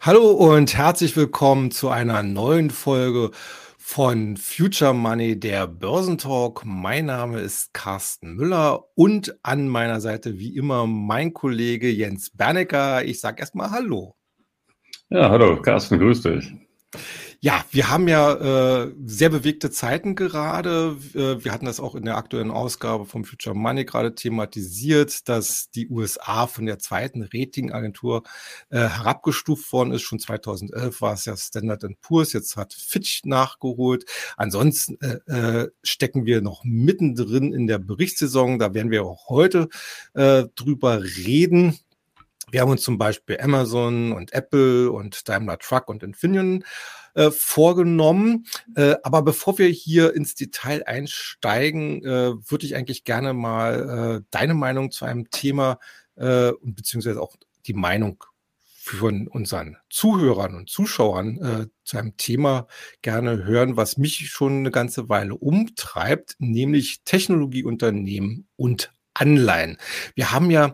Hallo und herzlich willkommen zu einer neuen Folge von Future Money, der Börsentalk. Mein Name ist Carsten Müller und an meiner Seite wie immer mein Kollege Jens Bernecker. Ich sage erstmal Hallo. Ja, hallo, Carsten, grüß dich. Ja, wir haben ja sehr bewegte Zeiten gerade. Wir hatten das auch in der aktuellen Ausgabe vom Future Money gerade thematisiert, dass die USA von der zweiten Ratingagentur herabgestuft worden ist. Schon 2011 war es ja Standard & Poor's, jetzt hat Fitch nachgeholt. Ansonsten stecken wir noch mittendrin in der Berichtssaison. Da werden wir auch heute drüber reden. Wir haben uns zum Beispiel Amazon und Apple und Daimler Truck und Infineon vorgenommen. Aber bevor wir hier ins Detail einsteigen, würde ich eigentlich gerne mal deine Meinung zu einem Thema und beziehungsweise auch die Meinung von unseren Zuhörern und Zuschauern zu einem Thema gerne hören, was mich schon eine ganze Weile umtreibt, nämlich Technologieunternehmen und Anleihen. Wir haben ja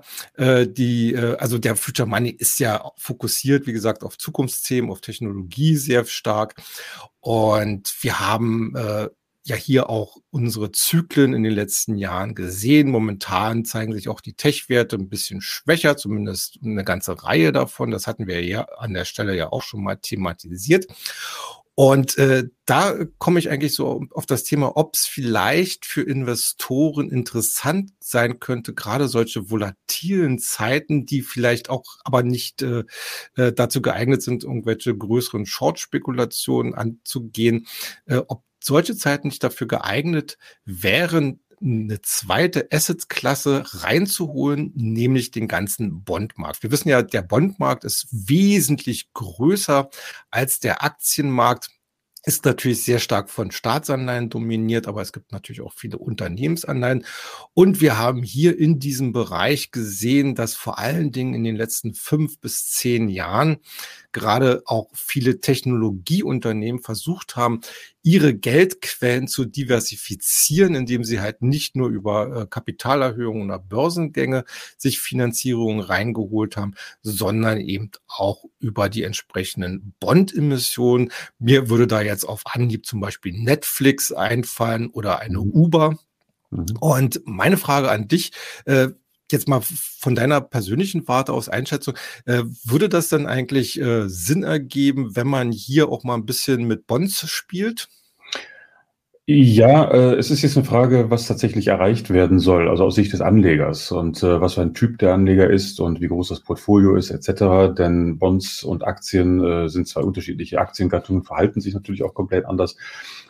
also der Future Money ist ja fokussiert, wie gesagt, auf Zukunftsthemen, auf Technologie sehr stark. Und wir haben ja hier auch unsere Zyklen in den letzten Jahren gesehen. Momentan zeigen sich auch die Tech-Werte ein bisschen schwächer, zumindest eine ganze Reihe davon. Das hatten wir ja an der Stelle ja auch schon mal thematisiert. Und da komme ich eigentlich so auf das Thema, ob es vielleicht für Investoren interessant sein könnte, gerade solche volatilen Zeiten, die vielleicht auch aber nicht dazu geeignet sind, irgendwelche größeren Short-Spekulationen anzugehen, ob solche Zeiten nicht dafür geeignet wären, eine zweite Asset-Klasse reinzuholen, nämlich den ganzen Bondmarkt. Wir wissen ja, der Bondmarkt ist wesentlich größer als der Aktienmarkt. Ist natürlich sehr stark von Staatsanleihen dominiert, aber es gibt natürlich auch viele Unternehmensanleihen. Und wir haben hier in diesem Bereich gesehen, dass vor allen Dingen in den letzten 5 bis 10 Jahren gerade auch viele Technologieunternehmen versucht haben, ihre Geldquellen zu diversifizieren, indem sie halt nicht nur über Kapitalerhöhungen oder Börsengänge sich Finanzierungen reingeholt haben, sondern eben auch über die entsprechenden Bondemissionen. Mir würde da jetzt auf Anhieb zum Beispiel Netflix einfallen oder eine Mhm. Uber. Mhm. Und meine Frage an dich, jetzt mal von deiner persönlichen Warte aus Einschätzung, würde das dann eigentlich Sinn ergeben, wenn man hier auch mal ein bisschen mit Bonds spielt? Ja, es ist jetzt eine Frage, was tatsächlich erreicht werden soll, also aus Sicht des Anlegers und was für ein Typ der Anleger ist und wie groß das Portfolio ist etc. Denn Bonds und Aktien sind zwei unterschiedliche Aktiengattungen, verhalten sich natürlich auch komplett anders,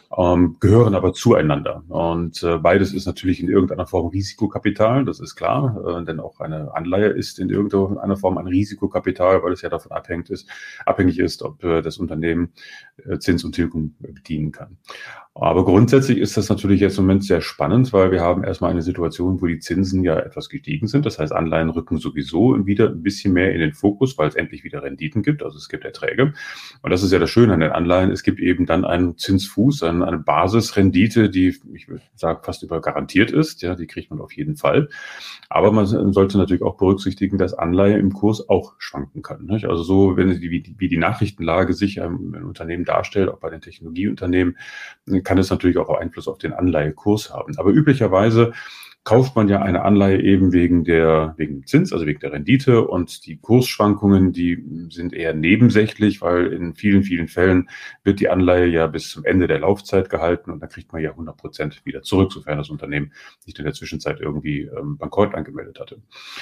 gehören aber zueinander. Und beides ist natürlich in irgendeiner Form Risikokapital, das ist klar, denn auch eine Anleihe ist in irgendeiner Form ein Risikokapital, weil es ja davon abhängig ist, ob das Unternehmen Zins und Tilgung bedienen kann. Aber grundsätzlich ist das natürlich jetzt im Moment sehr spannend, weil wir haben erstmal eine Situation, wo die Zinsen ja etwas gestiegen sind. Das heißt, Anleihen rücken sowieso wieder ein bisschen mehr in den Fokus, weil es endlich wieder Renditen gibt. Also es gibt Erträge. Und das ist ja das Schöne an den Anleihen. Es gibt eben dann einen Zinsfuß, eine Basisrendite, die, ich würde sagen, fast über garantiert ist. Ja, die kriegt man auf jeden Fall. Aber man sollte natürlich auch berücksichtigen, dass Anleihe im Kurs auch schwanken kann. Nicht? Also so, wie die Nachrichtenlage sich im Unternehmen darstellt, auch bei den Technologieunternehmen, kann es natürlich auch Einfluss auf den Anleihekurs haben. Aber üblicherweise kauft man ja eine Anleihe eben wegen dem Zins, also wegen der Rendite, und die Kursschwankungen, die sind eher nebensächlich, weil in vielen, vielen Fällen wird die Anleihe ja bis zum Ende der Laufzeit gehalten und dann kriegt man ja 100% wieder zurück, sofern das Unternehmen nicht in der Zwischenzeit irgendwie Bankrott angemeldet hatte.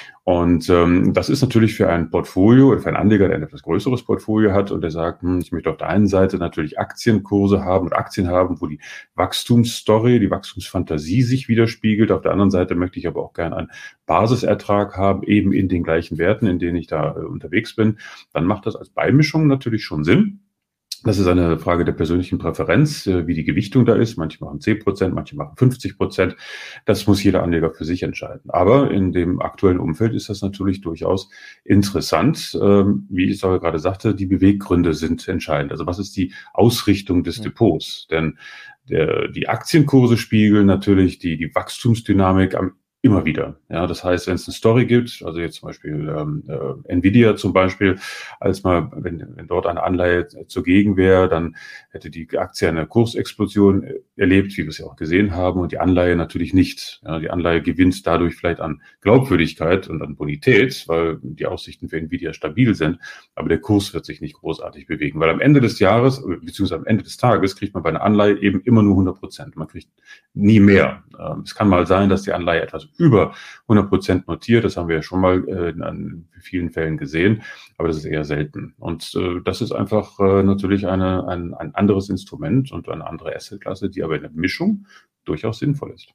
Und das ist natürlich für ein Portfolio oder für einen Anleger, der ein etwas größeres Portfolio hat und der sagt, ich möchte auf der einen Seite natürlich Aktienkurse haben oder Aktien haben, wo die Wachstumsstory, die Wachstumsfantasie sich widerspiegelt. Auf der anderen Seite möchte ich aber auch gerne einen Basisertrag haben, eben in den gleichen Werten, in denen ich da unterwegs bin. Dann macht das als Beimischung natürlich schon Sinn. Das ist eine Frage der persönlichen Präferenz, wie die Gewichtung da ist. Manche machen 10%, manche machen 50%. Das muss jeder Anleger für sich entscheiden. Aber in dem aktuellen Umfeld ist das natürlich durchaus interessant. Wie ich auch gerade sagte, die Beweggründe sind entscheidend. Also was ist die Ausrichtung des Depots? Denn die Aktienkurse spiegeln natürlich die Wachstumsdynamik am immer wieder. Ja, das heißt, wenn es eine Story gibt, also jetzt zum Beispiel Nvidia zum Beispiel, als mal, wenn dort eine Anleihe zugegen wäre, dann hätte die Aktie eine Kursexplosion erlebt, wie wir es ja auch gesehen haben, und die Anleihe natürlich nicht. Ja, die Anleihe gewinnt dadurch vielleicht an Glaubwürdigkeit und an Bonität, weil die Aussichten für Nvidia stabil sind, aber der Kurs wird sich nicht großartig bewegen, weil am Ende des Jahres, beziehungsweise am Ende des Tages, kriegt man bei einer Anleihe eben immer nur 100%. Man kriegt nie mehr. Es kann mal sein, dass die Anleihe etwas über 100% notiert. Das haben wir ja schon mal in vielen Fällen gesehen, aber das ist eher selten. Und das ist einfach natürlich ein anderes Instrument und eine andere Assetklasse, die aber in der Mischung durchaus sinnvoll ist.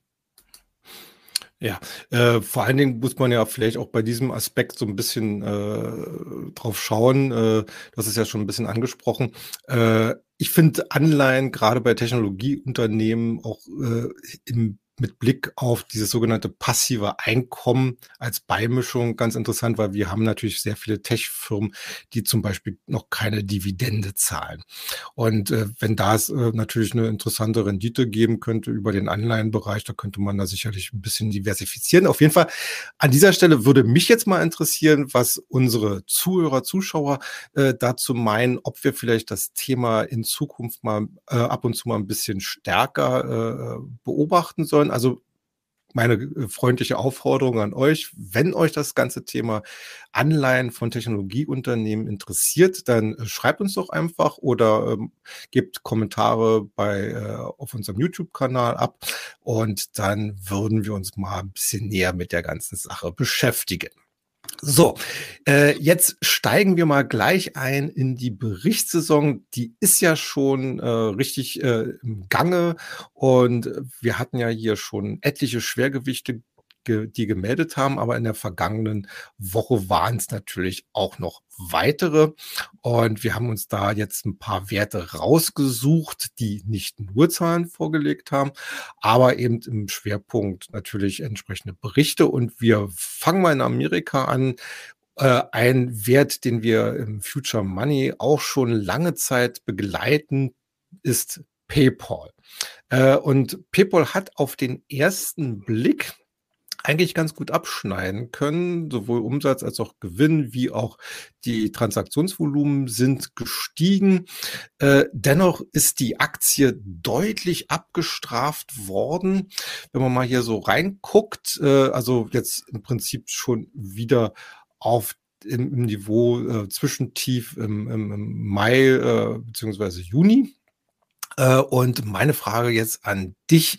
Ja, vor allen Dingen muss man ja vielleicht auch bei diesem Aspekt so ein bisschen drauf schauen. Das ist ja schon ein bisschen angesprochen. Ich finde Anleihen gerade bei Technologieunternehmen auch mit Blick auf dieses sogenannte passive Einkommen als Beimischung ganz interessant, weil wir haben natürlich sehr viele Tech-Firmen, die zum Beispiel noch keine Dividende zahlen. Und wenn da es natürlich eine interessante Rendite geben könnte über den Anleihenbereich, da könnte man da sicherlich ein bisschen diversifizieren. Auf jeden Fall an dieser Stelle würde mich jetzt mal interessieren, was unsere Zuhörer, Zuschauer dazu meinen, ob wir vielleicht das Thema in Zukunft mal ab und zu mal ein bisschen stärker beobachten sollen. Also meine freundliche Aufforderung an euch, wenn euch das ganze Thema Anleihen von Technologieunternehmen interessiert, dann schreibt uns doch einfach oder gebt Kommentare auf unserem YouTube-Kanal ab und dann würden wir uns mal ein bisschen näher mit der ganzen Sache beschäftigen. So, jetzt steigen wir mal gleich ein in die Berichtssaison. Die ist ja schon richtig im Gange und wir hatten ja hier schon etliche Schwergewichte, die gemeldet haben, aber in der vergangenen Woche waren es natürlich auch noch weitere und wir haben uns da jetzt ein paar Werte rausgesucht, die nicht nur Zahlen vorgelegt haben, aber eben im Schwerpunkt natürlich entsprechende Berichte und wir fangen mal in Amerika an. Ein Wert, den wir im Future Money auch schon lange Zeit begleiten, ist PayPal. Und PayPal hat auf den ersten Blick eigentlich ganz gut abschneiden können. Sowohl Umsatz als auch Gewinn, wie auch die Transaktionsvolumen sind gestiegen. Dennoch ist die Aktie deutlich abgestraft worden. Wenn man mal hier so reinguckt, also jetzt im Prinzip schon wieder auf im Niveau Zwischentief im Mai beziehungsweise Juni. Und meine Frage jetzt an dich,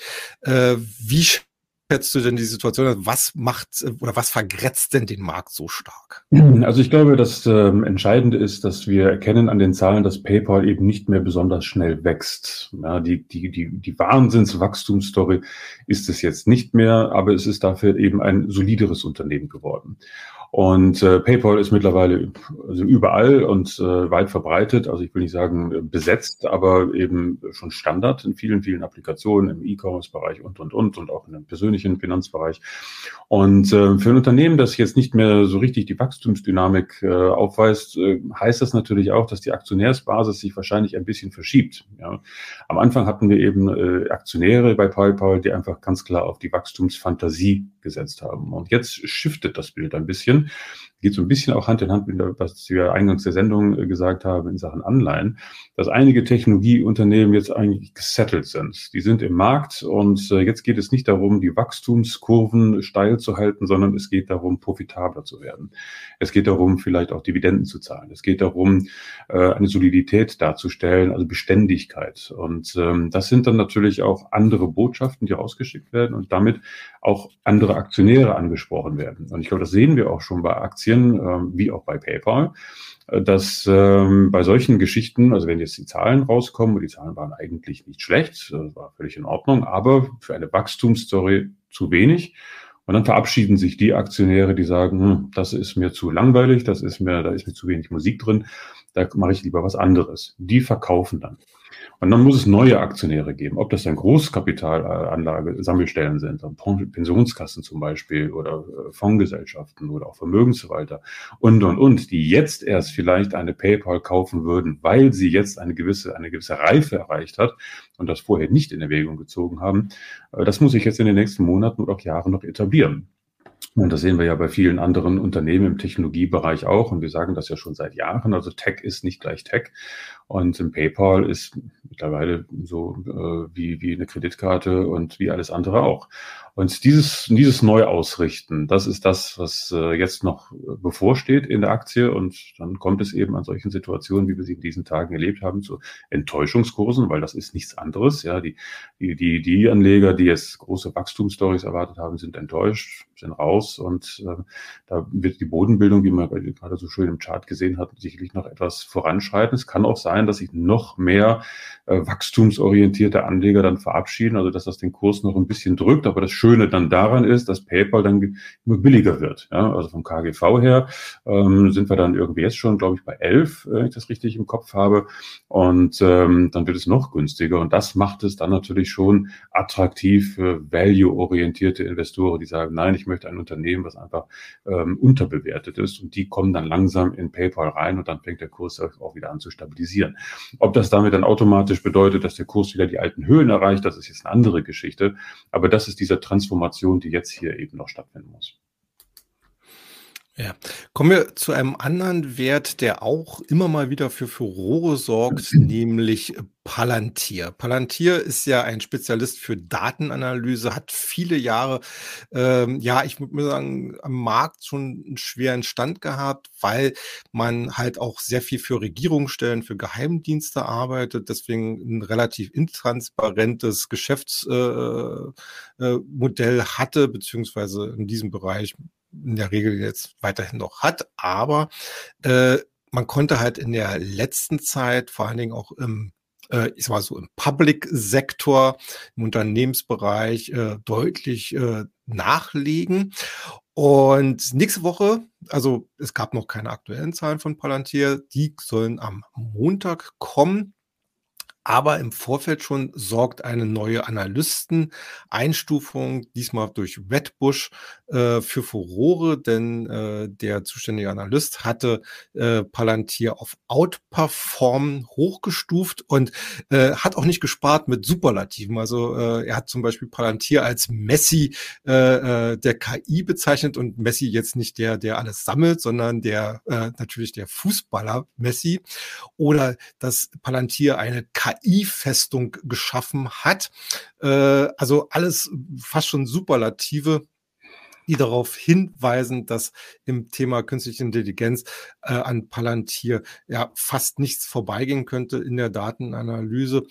wie schätzt du denn die Situation? Was macht oder was vergrätzt denn den Markt so stark? Also ich glaube, das Entscheidende ist, dass wir erkennen an den Zahlen, dass PayPal eben nicht mehr besonders schnell wächst. Ja, die Wahnsinnswachstumsstory ist es jetzt nicht mehr, aber es ist dafür eben ein solideres Unternehmen geworden. Und PayPal ist mittlerweile also überall und weit verbreitet. Also ich will nicht sagen besetzt, aber eben schon Standard in vielen, vielen Applikationen im E-Commerce-Bereich und auch in dem persönlichen Finanzbereich. Und für ein Unternehmen, das jetzt nicht mehr so richtig die Wachstumsdynamik aufweist, heißt das natürlich auch, dass die Aktionärsbasis sich wahrscheinlich ein bisschen verschiebt. Ja. Am Anfang hatten wir eben Aktionäre bei PayPal, die einfach ganz klar auf die Wachstumsfantasie gesetzt haben. Und jetzt shiftet das Bild ein bisschen. Geht so ein bisschen auch Hand in Hand mit dem, was wir eingangs der Sendung gesagt haben in Sachen Anleihen, dass einige Technologieunternehmen jetzt eigentlich gesettelt sind. Die sind im Markt und jetzt geht es nicht darum, die Wachstumskurven steil zu halten, sondern es geht darum, profitabler zu werden. Es geht darum, vielleicht auch Dividenden zu zahlen. Es geht darum, eine Solidität darzustellen, also Beständigkeit. Und das sind dann natürlich auch andere Botschaften, die rausgeschickt werden und damit auch andere Aktionäre angesprochen werden. Und ich glaube, das sehen wir auch schon bei Aktien, wie auch bei PayPal, dass bei solchen Geschichten, also wenn jetzt die Zahlen rauskommen, und die Zahlen waren eigentlich nicht schlecht, das war völlig in Ordnung, aber für eine Wachstumsstory zu wenig. Und dann verabschieden sich die Aktionäre, die sagen, das ist mir zu langweilig, da ist mir zu wenig Musik drin, da mache ich lieber was anderes. Die verkaufen dann. Und dann muss es neue Aktionäre geben, ob das dann Großkapitalanlage, Sammelstellen sind, Pensionskassen zum Beispiel oder Fondsgesellschaften oder auch Vermögensverwalter und, die jetzt erst vielleicht eine PayPal kaufen würden, weil sie jetzt eine gewisse Reife erreicht hat und das vorher nicht in Erwägung gezogen haben. Das muss sich jetzt in den nächsten Monaten oder auch Jahren noch etablieren. Und das sehen wir ja bei vielen anderen Unternehmen im Technologiebereich auch. Und wir sagen das ja schon seit Jahren. Also Tech ist nicht gleich Tech. Und im PayPal ist mittlerweile so wie eine Kreditkarte und wie alles andere auch. Und dieses Neuausrichten, das ist das, was jetzt noch bevorsteht in der Aktie. Und dann kommt es eben an solchen Situationen, wie wir sie in diesen Tagen erlebt haben, zu Enttäuschungskursen, weil das ist nichts anderes. Ja, die Anleger, die jetzt große Wachstumsstories erwartet haben, sind enttäuscht, sind raus. Und da wird die Bodenbildung, wie man gerade so schön im Chart gesehen hat, sicherlich noch etwas voranschreiten. Es kann auch sein, dass sich noch mehr wachstumsorientierte Anleger dann verabschieden, also dass das den Kurs noch ein bisschen drückt. Aber das Schöne dann daran ist, dass PayPal dann immer billiger wird. Ja, also vom KGV her sind wir dann irgendwie jetzt schon, glaube ich, bei 11, wenn ich das richtig im Kopf habe. Und dann wird es noch günstiger. Und das macht es dann natürlich schon attraktiv für value-orientierte Investoren, die sagen, nein, ich möchte ein Unternehmen, was einfach unterbewertet ist. Und die kommen dann langsam in PayPal rein und dann fängt der Kurs auch wieder an zu stabilisieren. Ob das damit dann automatisch bedeutet, dass der Kurs wieder die alten Höhen erreicht, das ist jetzt eine andere Geschichte. Aber das ist diese Transformation, die jetzt hier eben noch stattfinden muss. Ja, kommen wir zu einem anderen Wert, der auch immer mal wieder für Furore sorgt, nämlich Palantir. Palantir ist ja ein Spezialist für Datenanalyse, hat viele Jahre, ja, ich würde mal sagen, am Markt schon einen schweren Stand gehabt, weil man halt auch sehr viel für Regierungsstellen, für Geheimdienste arbeitet, deswegen ein relativ intransparentes Geschäftsmodell hatte, beziehungsweise in diesem Bereich in der Regel jetzt weiterhin noch hat, aber man konnte halt in der letzten Zeit, vor allen Dingen auch ich sag mal so im Public-Sektor, im Unternehmensbereich deutlich nachlegen. Und nächste Woche, also es gab noch keine aktuellen Zahlen von Palantir, die sollen am Montag kommen. Aber im Vorfeld schon sorgt eine neue Analysteneinstufung, diesmal durch Wedbush, für Furore, denn der zuständige Analyst hatte Palantir auf Outperform hochgestuft und hat auch nicht gespart mit Superlativen. Also er hat zum Beispiel Palantir als Messi der KI bezeichnet und Messi jetzt nicht der alles sammelt, sondern natürlich der Fußballer Messi. Oder dass Palantir eine KI-Festung geschaffen hat. Also alles fast schon Superlative, die darauf hinweisen, dass im Thema künstliche Intelligenz an Palantir ja fast nichts vorbeigehen könnte in der Datenanalyse.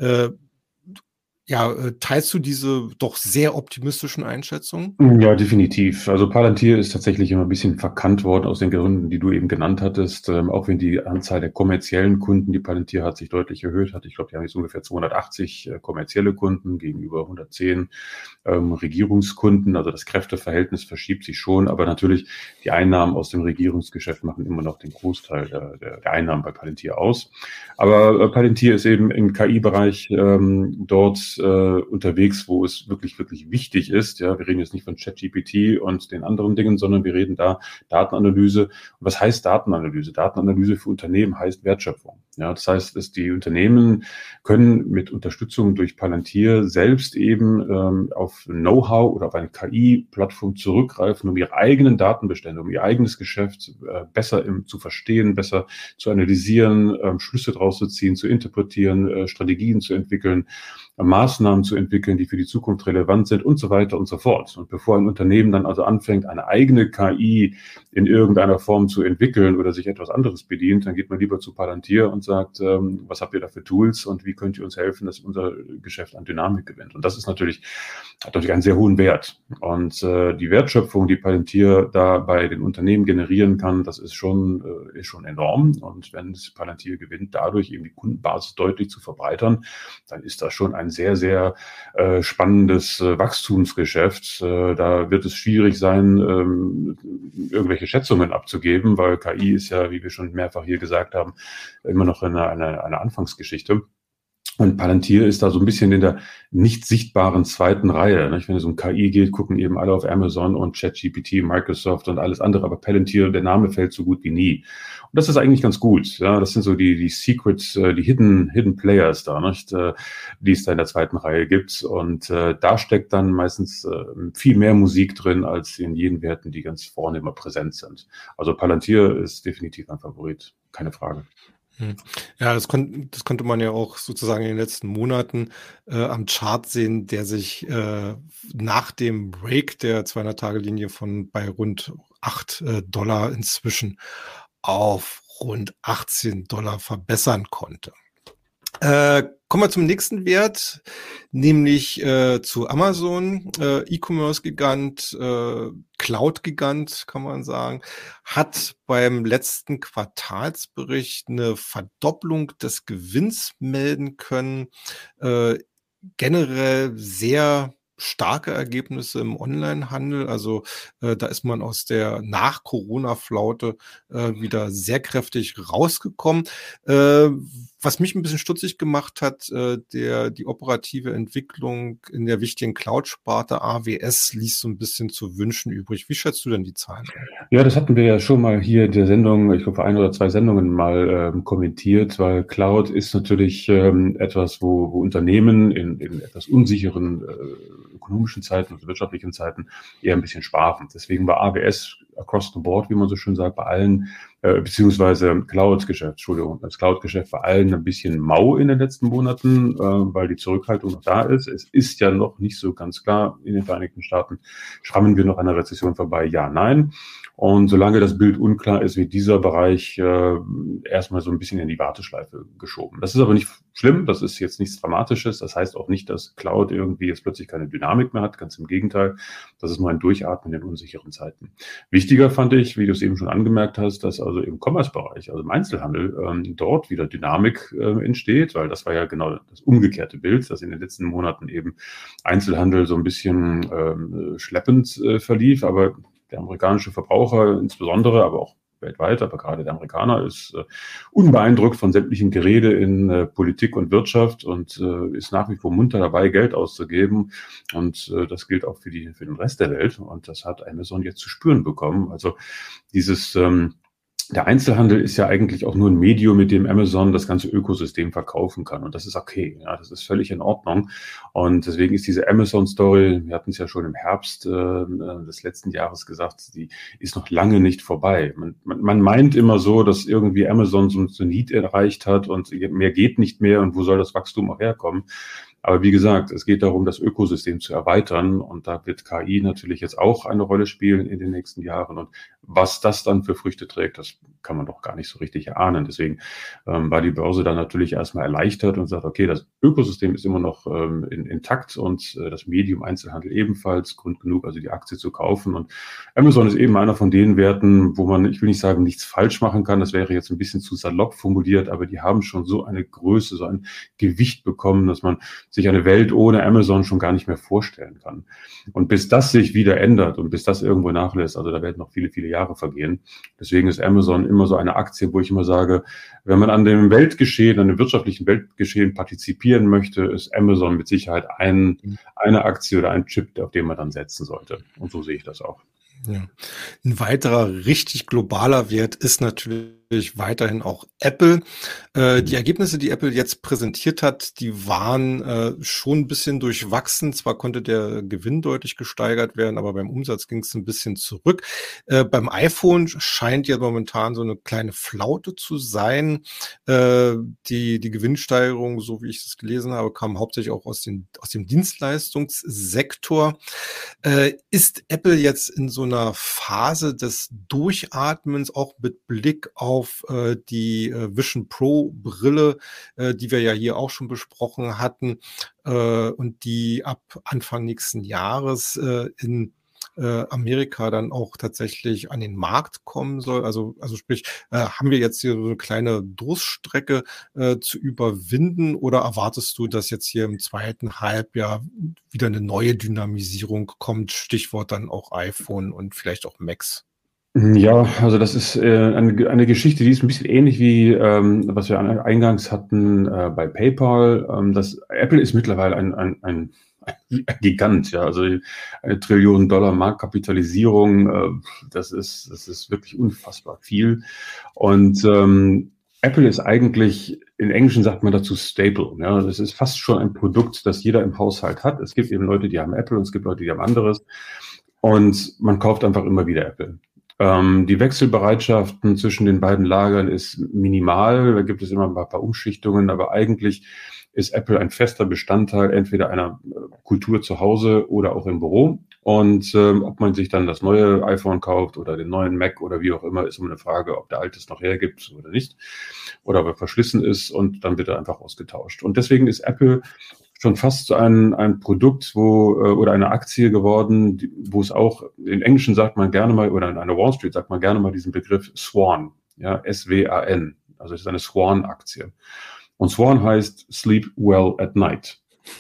Teilst du diese doch sehr optimistischen Einschätzungen? Ja, definitiv. Also Palantir ist tatsächlich immer ein bisschen verkannt worden aus den Gründen, die du eben genannt hattest. Auch wenn die Anzahl der kommerziellen Kunden, die Palantir hat, sich deutlich erhöht hat. Ich glaube, die haben jetzt ungefähr 280 kommerzielle Kunden gegenüber 110 Regierungskunden. Also das Kräfteverhältnis verschiebt sich schon. Aber natürlich, die Einnahmen aus dem Regierungsgeschäft machen immer noch den Großteil der Einnahmen bei Palantir aus. Aber Palantir ist eben im KI-Bereich dort unterwegs, wo es wirklich, wirklich wichtig ist. Ja, wir reden jetzt nicht von ChatGPT und den anderen Dingen, sondern wir reden da Datenanalyse. Und was heißt Datenanalyse? Datenanalyse für Unternehmen heißt Wertschöpfung. Ja, das heißt, dass die Unternehmen können mit Unterstützung durch Palantir selbst eben auf Know-how oder auf eine KI-Plattform zurückgreifen, um ihre eigenen Datenbestände, um ihr eigenes Geschäft besser zu verstehen, besser zu analysieren, Schlüsse draus zu ziehen, zu interpretieren, Strategien zu entwickeln, Maßnahmen zu entwickeln, die für die Zukunft relevant sind und so weiter und so fort. Und bevor ein Unternehmen dann also anfängt, eine eigene KI in irgendeiner Form zu entwickeln oder sich etwas anderes bedient, dann geht man lieber zu Palantir und sagt, was habt ihr da für Tools und wie könnt ihr uns helfen, dass unser Geschäft an Dynamik gewinnt. Und das ist hat natürlich einen sehr hohen Wert. Und die Wertschöpfung, die Palantir da bei den Unternehmen generieren kann, das ist schon enorm. Und wenn es Palantir gewinnt, dadurch eben die Kundenbasis deutlich zu verbreitern, dann ist das schon ein sehr, sehr spannendes Wachstumsgeschäft. Da wird es schwierig sein, irgendwelche Schätzungen abzugeben, weil KI ist ja, wie wir schon mehrfach hier gesagt haben, immer noch eine Anfangsgeschichte. Und Palantir ist da so ein bisschen in der nicht sichtbaren zweiten Reihe. Nicht? Wenn es um KI geht, gucken eben alle auf Amazon und ChatGPT, Microsoft und alles andere. Aber Palantir, der Name fällt so gut wie nie. Und das ist eigentlich ganz gut. Ja, das sind so die Secrets, die Hidden Players da, nicht? Die es da in der zweiten Reihe gibt. Und da steckt dann meistens viel mehr Musik drin, als in jenen Werten, die ganz vorne immer präsent sind. Also Palantir ist definitiv ein Favorit. Keine Frage. Ja, das konnte man ja auch sozusagen in den letzten Monaten am Chart sehen, der sich nach dem Break der 200-Tage-Linie von bei rund $8 inzwischen auf rund $18 verbessern konnte. Kommen wir zum nächsten Wert, nämlich zu Amazon, E-Commerce-Gigant, Cloud-Gigant, kann man sagen, hat beim letzten Quartalsbericht eine Verdopplung des Gewinns melden können. Generell sehr starke Ergebnisse im Onlinehandel. Also da ist man aus der Nach-Corona-Flaute wieder sehr kräftig rausgekommen. Was mich ein bisschen stutzig gemacht hat, die operative Entwicklung in der wichtigen Cloud-Sparte AWS ließ so ein bisschen zu wünschen übrig. Wie schätzt du denn die Zahlen ein? Ja, das hatten wir ja schon mal hier in der Sendung, ich glaube vor 1 oder 2 Sendungen mal kommentiert, weil Cloud ist natürlich etwas, wo Unternehmen in etwas unsicheren ökonomischen Zeiten und wirtschaftlichen Zeiten eher ein bisschen sparen. Deswegen war AWS across the board, wie man so schön sagt, bei allen, beziehungsweise Cloud-Geschäft, Entschuldigung, das Cloud-Geschäft bei allen ein bisschen mau in den letzten Monaten, weil die Zurückhaltung noch da ist. Es ist ja noch nicht so ganz klar in den Vereinigten Staaten, schrammen wir noch an der Rezession vorbei? Ja, nein. Und solange das Bild unklar ist, wird dieser Bereich erstmal so ein bisschen in die Warteschleife geschoben. Das ist aber nicht schlimm, das ist jetzt nichts Dramatisches. Das heißt auch nicht, dass Cloud irgendwie jetzt plötzlich keine Dynamik mehr hat, ganz im Gegenteil. Das ist nur ein Durchatmen in unsicheren Zeiten. Wichtiger fand ich, wie du es eben schon angemerkt hast, dass also im Commerce-Bereich, also im Einzelhandel, dort wieder Dynamik entsteht, weil das war ja genau das umgekehrte Bild, dass in den letzten Monaten eben Einzelhandel so ein bisschen schleppend verlief, aber der amerikanische Verbraucher insbesondere, aber auch weltweit, aber gerade der Amerikaner ist unbeeindruckt von sämtlichen Gerede in Politik und Wirtschaft und ist nach wie vor munter dabei, Geld auszugeben. Und das gilt auch für den Rest der Welt. Und das hat Amazon jetzt zu spüren bekommen. Also dieses der Einzelhandel ist ja eigentlich auch nur ein Medium, mit dem Amazon das ganze Ökosystem verkaufen kann. Und das ist okay. Ja, das ist völlig in Ordnung. Und deswegen ist diese Amazon-Story, wir hatten es ja schon im Herbst des letzten Jahres gesagt, die ist noch lange nicht vorbei. Man meint immer so, dass irgendwie Amazon so ein Need erreicht hat und mehr geht nicht mehr und wo soll das Wachstum auch herkommen? Aber wie gesagt, es geht darum, das Ökosystem zu erweitern und da wird KI natürlich jetzt auch eine Rolle spielen in den nächsten Jahren und was das dann für Früchte trägt, das kann man doch gar nicht so richtig erahnen. Deswegen war die Börse dann natürlich erstmal erleichtert und sagt, okay, das Ökosystem ist immer noch intakt und das Medium Einzelhandel ebenfalls, Grund genug, also die Aktie zu kaufen. Und Amazon ist eben einer von den Werten, wo man, ich will nicht sagen, nichts falsch machen kann, das wäre jetzt ein bisschen zu salopp formuliert, aber die haben schon so eine Größe, so ein Gewicht bekommen, dass man sich eine Welt ohne Amazon schon gar nicht mehr vorstellen kann. Und bis das sich wieder ändert und bis das irgendwo nachlässt, also da werden noch viele, viele Jahre vergehen. Deswegen ist Amazon immer so eine Aktie, wo ich immer sage, wenn man an dem Weltgeschehen, an dem wirtschaftlichen Weltgeschehen partizipieren möchte, ist Amazon mit Sicherheit eine Aktie oder ein Chip, auf den man dann setzen sollte. Und so sehe ich das auch. Ja. Ein weiterer richtig globaler Wert ist natürlich weiterhin auch Apple. Die Ergebnisse, die Apple jetzt präsentiert hat, die waren schon ein bisschen durchwachsen. Zwar konnte der Gewinn deutlich gesteigert werden, aber beim Umsatz ging es ein bisschen zurück. Beim iPhone scheint ja momentan so eine kleine Flaute zu sein. Die Gewinnsteigerung, so wie ich es gelesen habe, kam hauptsächlich auch aus dem Dienstleistungssektor. Ist Apple jetzt in so einer Phase des Durchatmens, auch mit Blick auf die Vision Pro Brille, die wir ja hier auch schon besprochen hatten, und die ab Anfang nächsten Jahres in Amerika dann auch tatsächlich an den Markt kommen soll. Also sprich, haben wir jetzt hier so eine kleine Durststrecke zu überwinden oder erwartest du, dass jetzt hier im zweiten Halbjahr wieder eine neue Dynamisierung kommt? Stichwort dann auch iPhone und vielleicht auch Macs. Ja, also das ist eine Geschichte, die ist ein bisschen ähnlich wie was wir eingangs hatten bei PayPal. Apple ist mittlerweile ein Gigant, ja, also eine Trillion Dollar Marktkapitalisierung, das ist wirklich unfassbar viel. Und Apple ist eigentlich, in Englischen sagt man dazu Staple. Ja, das ist fast schon ein Produkt, das jeder im Haushalt hat. Es gibt eben Leute, die haben Apple und es gibt Leute, die haben anderes. Und man kauft einfach immer wieder Apple. Die Wechselbereitschaften zwischen den beiden Lagern ist minimal. Da gibt es immer ein paar Umschichtungen, aber eigentlich ist Apple ein fester Bestandteil entweder einer Kultur zu Hause oder auch im Büro. Und ob man sich dann das neue iPhone kauft oder den neuen Mac oder wie auch immer, ist immer eine Frage, ob der alte es noch hergibt oder nicht. Oder ob er verschlissen ist und dann wird er einfach ausgetauscht. Und deswegen ist Apple schon fast so ein Produkt, oder eine Aktie geworden, wo es auch, im Englischen sagt man gerne mal, oder in einer Wall Street sagt man gerne mal diesen Begriff Swan, ja, S-W-A-N. Also es ist eine Swan-Aktie. Und Swan heißt Sleep Well at Night.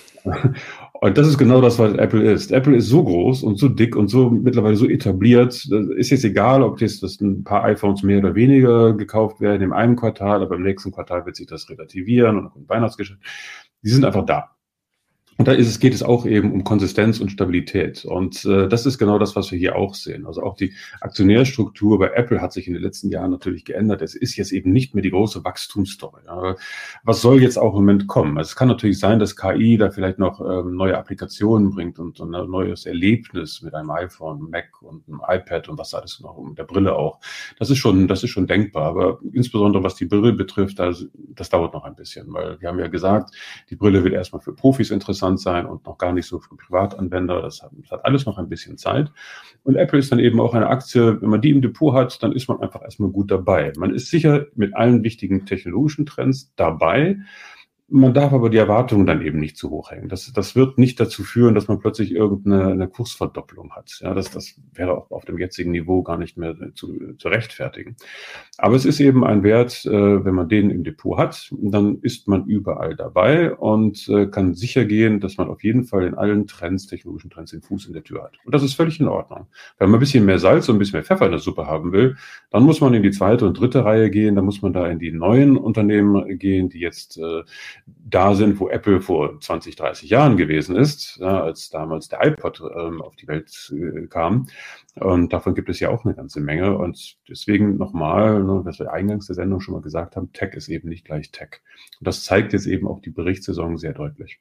Und das ist genau das, was Apple ist. Apple ist so groß und so dick und so mittlerweile so etabliert. Ist jetzt egal, ob jetzt das ein paar iPhones mehr oder weniger gekauft werden im einen Quartal, aber im nächsten Quartal wird sich das relativieren und auch im Weihnachtsgeschäft. Die sind einfach da. Und geht es auch eben um Konsistenz und Stabilität. Und das ist genau das, was wir hier auch sehen. Also auch die Aktionärstruktur bei Apple hat sich in den letzten Jahren natürlich geändert. Es ist jetzt eben nicht mehr die große Wachstumsstory. Aber was soll jetzt auch im Moment kommen? Also es kann natürlich sein, dass KI da vielleicht noch neue Applikationen bringt und ein neues Erlebnis mit einem iPhone, Mac und einem iPad und was alles noch, mit der Brille auch. Das ist schon denkbar. Aber insbesondere was die Brille betrifft, das dauert noch ein bisschen. Weil wir haben ja gesagt, die Brille wird erstmal für Profis interessant sein und noch gar nicht so für Privatanwender. Das hat alles noch ein bisschen Zeit. Und Apple ist dann eben auch eine Aktie, wenn man die im Depot hat, dann ist man einfach erstmal gut dabei. Man ist sicher mit allen wichtigen technologischen Trends dabei. Man darf aber die Erwartungen dann eben nicht zu hoch hängen. Das wird nicht dazu führen, dass man plötzlich irgendeine Kursverdopplung hat. Ja, das wäre auch auf dem jetzigen Niveau gar nicht mehr zu rechtfertigen. Aber es ist eben ein Wert, wenn man den im Depot hat, dann ist man überall dabei und kann sicher gehen, dass man auf jeden Fall in allen Trends, technologischen Trends, den Fuß in der Tür hat. Und das ist völlig in Ordnung. Wenn man ein bisschen mehr Salz und ein bisschen mehr Pfeffer in der Suppe haben will, dann muss man in die zweite und dritte Reihe gehen, dann muss man da in die neuen Unternehmen gehen, die jetzt da sind, wo Apple vor 20, 30 Jahren gewesen ist, ja, als damals der iPod auf die Welt kam. Und davon gibt es ja auch eine ganze Menge. Und deswegen nochmal, ne, was wir eingangs der Sendung schon mal gesagt haben, Tech ist eben nicht gleich Tech. Und das zeigt jetzt eben auch die Berichtssaison sehr deutlich.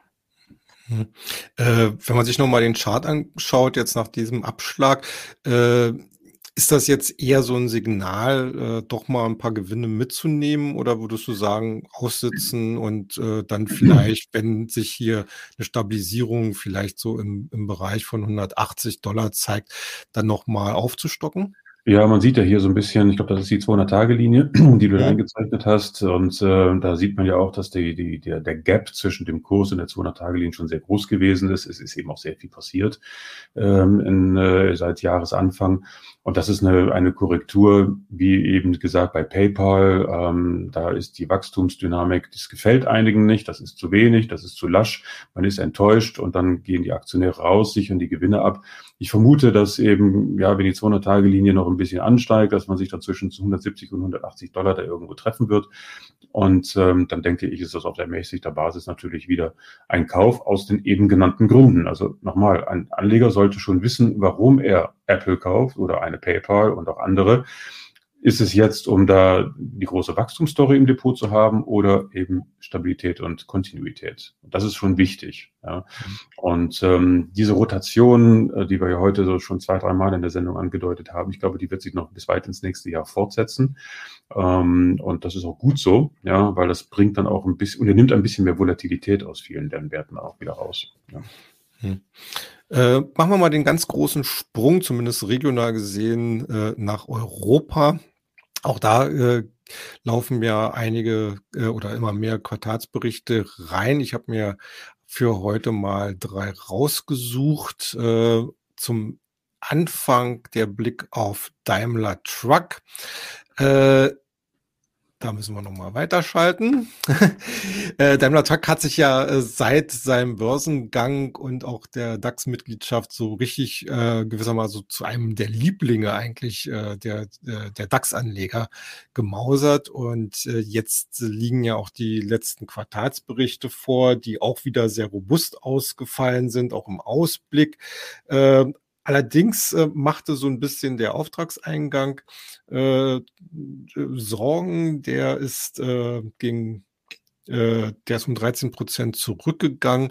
Wenn man sich nochmal den Chart anschaut, jetzt nach diesem Abschlag, ist das jetzt eher so ein Signal, doch mal ein paar Gewinne mitzunehmen oder würdest du sagen, aussitzen und dann vielleicht, wenn sich hier eine Stabilisierung vielleicht so im Bereich von $180 zeigt, dann nochmal aufzustocken? Ja, man sieht ja hier so ein bisschen, ich glaube, das ist die 200-Tage-Linie, die du da Mhm. eingezeichnet hast. Und da sieht man ja auch, dass der Gap zwischen dem Kurs und der 200-Tage-Linie schon sehr groß gewesen ist. Es ist eben auch sehr viel passiert seit Jahresanfang. Und das ist eine Korrektur, wie eben gesagt, bei PayPal. Da ist die Wachstumsdynamik, das gefällt einigen nicht, das ist zu wenig, das ist zu lasch. Man ist enttäuscht und dann gehen die Aktionäre raus, sichern die Gewinne ab. Ich vermute, dass eben, ja, wenn die 200-Tage-Linie noch ein bisschen ansteigt, dass man sich dann zwischen 170 und $180 da irgendwo treffen wird. Und dann denke ich, ist das auf ermäßigter Basis natürlich wieder ein Kauf aus den eben genannten Gründen. Also nochmal, ein Anleger sollte schon wissen, warum er Apple kauft oder eine PayPal und auch andere. Ist es jetzt, um da die große Wachstumsstory im Depot zu haben oder eben Stabilität und Kontinuität? Und das ist schon wichtig. Ja. Und diese Rotation, die wir ja heute so schon 2, 3 Mal in der Sendung angedeutet haben, ich glaube, die wird sich noch bis weit ins nächste Jahr fortsetzen. Und das ist auch gut so, ja, weil das bringt dann auch ein bisschen, und er nimmt ein bisschen mehr Volatilität aus vielen deren Werten auch wieder raus. Ja. Machen wir mal den ganz großen Sprung, zumindest regional gesehen, nach Europa. Auch da laufen ja einige oder immer mehr Quartalsberichte rein. Ich habe mir für heute mal 3 rausgesucht. Zum Anfang der Blick auf Daimler Truck. Da Da müssen wir nochmal weiterschalten. Daimler Truck hat sich ja seit seinem Börsengang und auch der DAX-Mitgliedschaft so richtig gewissermaßen so zu einem der Lieblinge eigentlich der DAX-Anleger gemausert. Und jetzt liegen ja auch die letzten Quartalsberichte vor, die auch wieder sehr robust ausgefallen sind, auch im Ausblick. Allerdings machte so ein bisschen der Auftragseingang Sorgen. Der ist der ist um 13% zurückgegangen.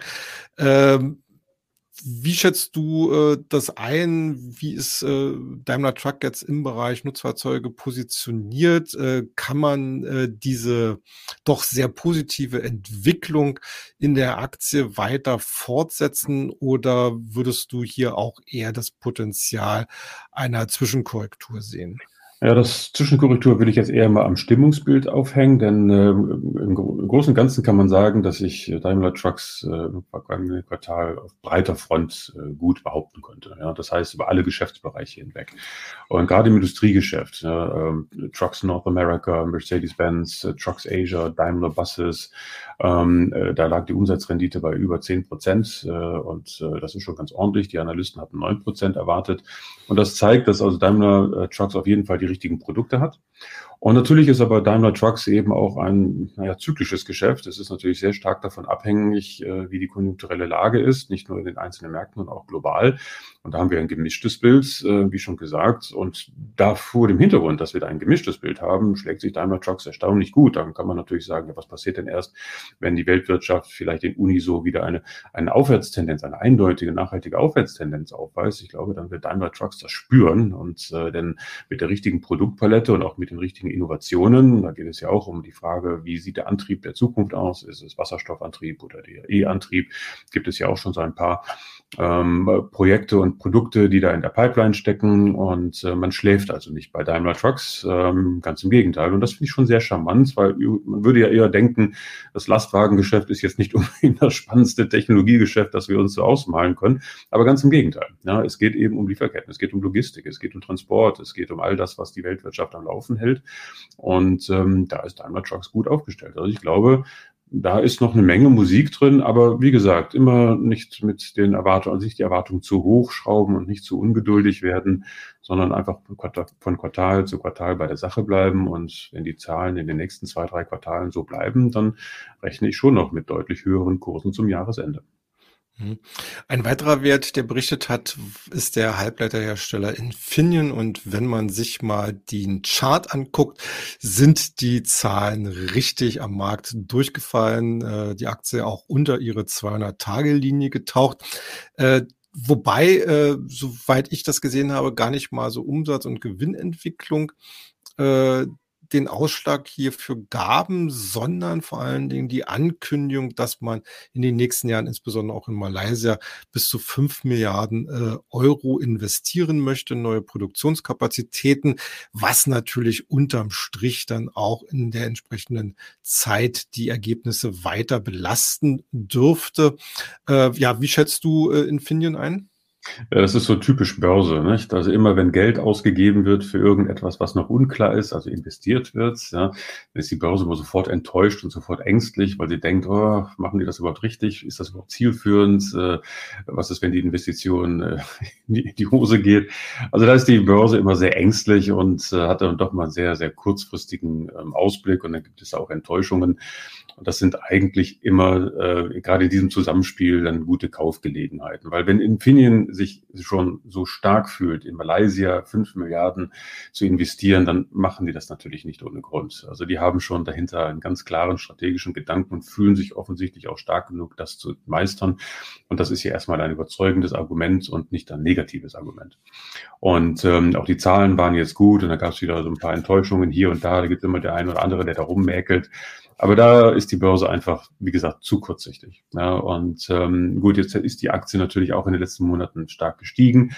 Wie schätzt du das ein? Wie ist Daimler Truck jetzt im Bereich Nutzfahrzeuge positioniert? Kann man diese doch sehr positive Entwicklung in der Aktie weiter fortsetzen oder würdest du hier auch eher das Potenzial einer Zwischenkorrektur sehen? Ja, das Zwischenkorrektur will ich jetzt eher mal am Stimmungsbild aufhängen, denn im Großen und Ganzen kann man sagen, dass sich Daimler Trucks im vergangenen Quartal auf breiter Front gut behaupten konnte. Ja, das heißt über alle Geschäftsbereiche hinweg. Und gerade im Industriegeschäft, Trucks North America, Mercedes-Benz, Trucks Asia, Daimler Buses, da lag die Umsatzrendite bei über 10%, und das ist schon ganz ordentlich. Die Analysten hatten 9% erwartet. Und das zeigt, dass also Daimler Trucks auf jeden Fall die richtigen Produkte hat. Und natürlich ist aber Daimler Trucks eben auch ein zyklisches Geschäft. Es ist natürlich sehr stark davon abhängig, wie die konjunkturelle Lage ist, nicht nur in den einzelnen Märkten, sondern auch global. Und da haben wir ein gemischtes Bild, wie schon gesagt. Und da vor dem Hintergrund, dass wir da ein gemischtes Bild haben, schlägt sich Daimler Trucks erstaunlich gut. Dann kann man natürlich sagen, ja, was passiert denn erst, wenn die Weltwirtschaft vielleicht in Uniso wieder eine Aufwärtstendenz, eine eindeutige, nachhaltige Aufwärtstendenz aufweist. Ich glaube, dann wird Daimler Trucks das spüren. Und denn mit der richtigen Produktpalette und auch mit den richtigen Innovationen, da geht es ja auch um die Frage, wie sieht der Antrieb der Zukunft aus? Ist es Wasserstoffantrieb oder der E-Antrieb? Gibt es ja auch schon so ein paar Projekte und Produkte, die da in der Pipeline stecken, und man schläft also nicht bei Daimler Trucks, ganz im Gegenteil. Und das finde ich schon sehr charmant, weil man würde ja eher denken, das Lastwagengeschäft ist jetzt nicht unbedingt das spannendste Technologiegeschäft, das wir uns so ausmalen können, aber ganz im Gegenteil. Ja, es geht eben um Lieferketten, es geht um Logistik, es geht um Transport, es geht um all das, was die Weltwirtschaft am Laufen hält, und da ist Daimler Trucks gut aufgestellt. Also ich glaube, da ist noch eine Menge Musik drin, aber wie gesagt, immer nicht mit den Erwartungen, also nicht die Erwartungen zu hoch schrauben und nicht zu ungeduldig werden, sondern einfach von Quartal zu Quartal bei der Sache bleiben. Und wenn die Zahlen in den nächsten 2, 3 Quartalen so bleiben, dann rechne ich schon noch mit deutlich höheren Kursen zum Jahresende. Ein weiterer Wert, der berichtet hat, ist der Halbleiterhersteller Infineon. Und wenn man sich mal den Chart anguckt, sind die Zahlen richtig am Markt durchgefallen. Die Aktie auch unter ihre 200-Tage-Linie getaucht. Wobei, soweit ich das gesehen habe, gar nicht mal so Umsatz- und Gewinnentwicklung den Ausschlag hierfür gaben, sondern vor allen Dingen die Ankündigung, dass man in den nächsten Jahren, insbesondere auch in Malaysia, bis zu 5 Milliarden Euro investieren möchte, neue Produktionskapazitäten, was natürlich unterm Strich dann auch in der entsprechenden Zeit die Ergebnisse weiter belasten dürfte. Ja, wie schätzt du Infineon ein? Ja, das ist so typisch Börse, nicht? Also immer wenn Geld ausgegeben wird für irgendetwas, was noch unklar ist, also investiert wird, ja, dann ist die Börse immer sofort enttäuscht und sofort ängstlich, weil sie denkt, oh, machen die das überhaupt richtig? Ist das überhaupt zielführend? Was ist, wenn die Investition in die Hose geht? Also da ist die Börse immer sehr ängstlich und hat dann doch mal einen sehr, sehr kurzfristigen Ausblick, und dann gibt es auch Enttäuschungen. Und das sind eigentlich immer, gerade in diesem Zusammenspiel, dann gute Kaufgelegenheiten. Weil wenn Infineon sich schon so stark fühlt, in Malaysia 5 Milliarden zu investieren, dann machen die das natürlich nicht ohne Grund. Also die haben schon dahinter einen ganz klaren strategischen Gedanken und fühlen sich offensichtlich auch stark genug, das zu meistern. Und das ist ja erstmal ein überzeugendes Argument und nicht ein negatives Argument. Und auch die Zahlen waren jetzt gut, und da gab es wieder so ein paar Enttäuschungen hier und da. Da gibt es immer der eine oder andere, der da rummäkelt. Aber da ist die Börse einfach, wie gesagt, zu kurzsichtig. Ja, und gut, jetzt ist die Aktie natürlich auch in den letzten Monaten stark gestiegen.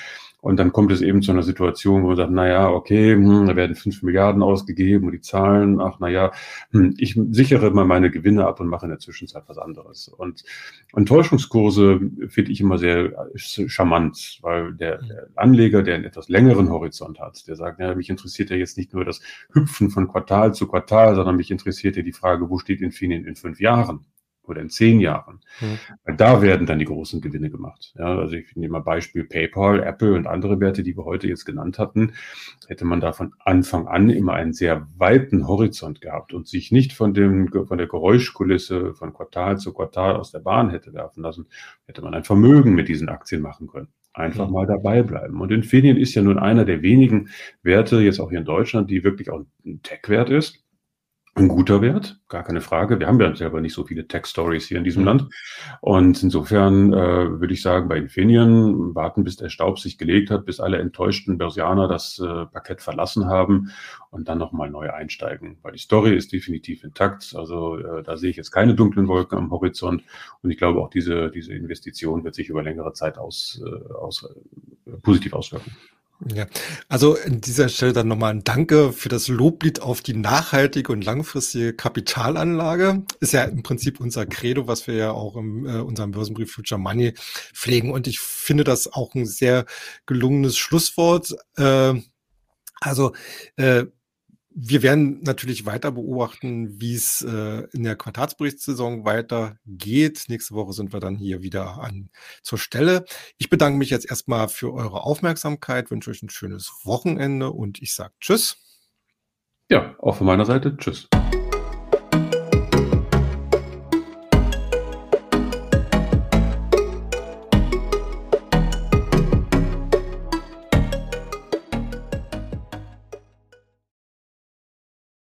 Und dann kommt es eben zu einer Situation, wo man sagt, na ja, okay, da werden 5 Milliarden ausgegeben und die Zahlen, ach na ja, ich sichere mal meine Gewinne ab und mache in der Zwischenzeit was anderes. Und Täuschungskurse finde ich immer sehr charmant, weil der Anleger, der einen etwas längeren Horizont hat, der sagt, ja, mich interessiert ja jetzt nicht nur das Hüpfen von Quartal zu Quartal, sondern mich interessiert ja die Frage, wo steht Infineon in 5 Jahren? Oder in 10 Jahren. Weil da werden dann die großen Gewinne gemacht. Ja, also ich nehme mal Beispiel PayPal, Apple und andere Werte, die wir heute jetzt genannt hatten. Hätte man da von Anfang an immer einen sehr weiten Horizont gehabt und sich nicht von der Geräuschkulisse von Quartal zu Quartal aus der Bahn hätte werfen lassen, hätte man ein Vermögen mit diesen Aktien machen können. Einfach mal dabei bleiben. Und Infineon ist ja nun einer der wenigen Werte, jetzt auch hier in Deutschland, die wirklich auch ein Tech-Wert ist. Ein guter Wert, gar keine Frage. Wir haben ja selber nicht so viele Tech-Stories hier in diesem Land. Und insofern würde ich sagen, bei Infineon warten, bis der Staub sich gelegt hat, bis alle enttäuschten Börsianer das Parkett verlassen haben und dann nochmal neu einsteigen. Weil die Story ist definitiv intakt. Also da sehe ich jetzt keine dunklen Wolken am Horizont. Und ich glaube, auch diese Investition wird sich über längere Zeit positiv auswirken. Ja, also an dieser Stelle dann nochmal ein Danke für das Loblied auf die nachhaltige und langfristige Kapitalanlage. Ist ja im Prinzip unser Credo, was wir ja auch in unserem Börsenbrief Future Money pflegen. Und ich finde das auch ein sehr gelungenes Schlusswort. Wir werden natürlich weiter beobachten, wie es in der Quartalsberichtssaison weitergeht. Nächste Woche sind wir dann hier wieder zur Stelle. Ich bedanke mich jetzt erstmal für eure Aufmerksamkeit, wünsche euch ein schönes Wochenende und ich sage Tschüss. Ja, auch von meiner Seite Tschüss.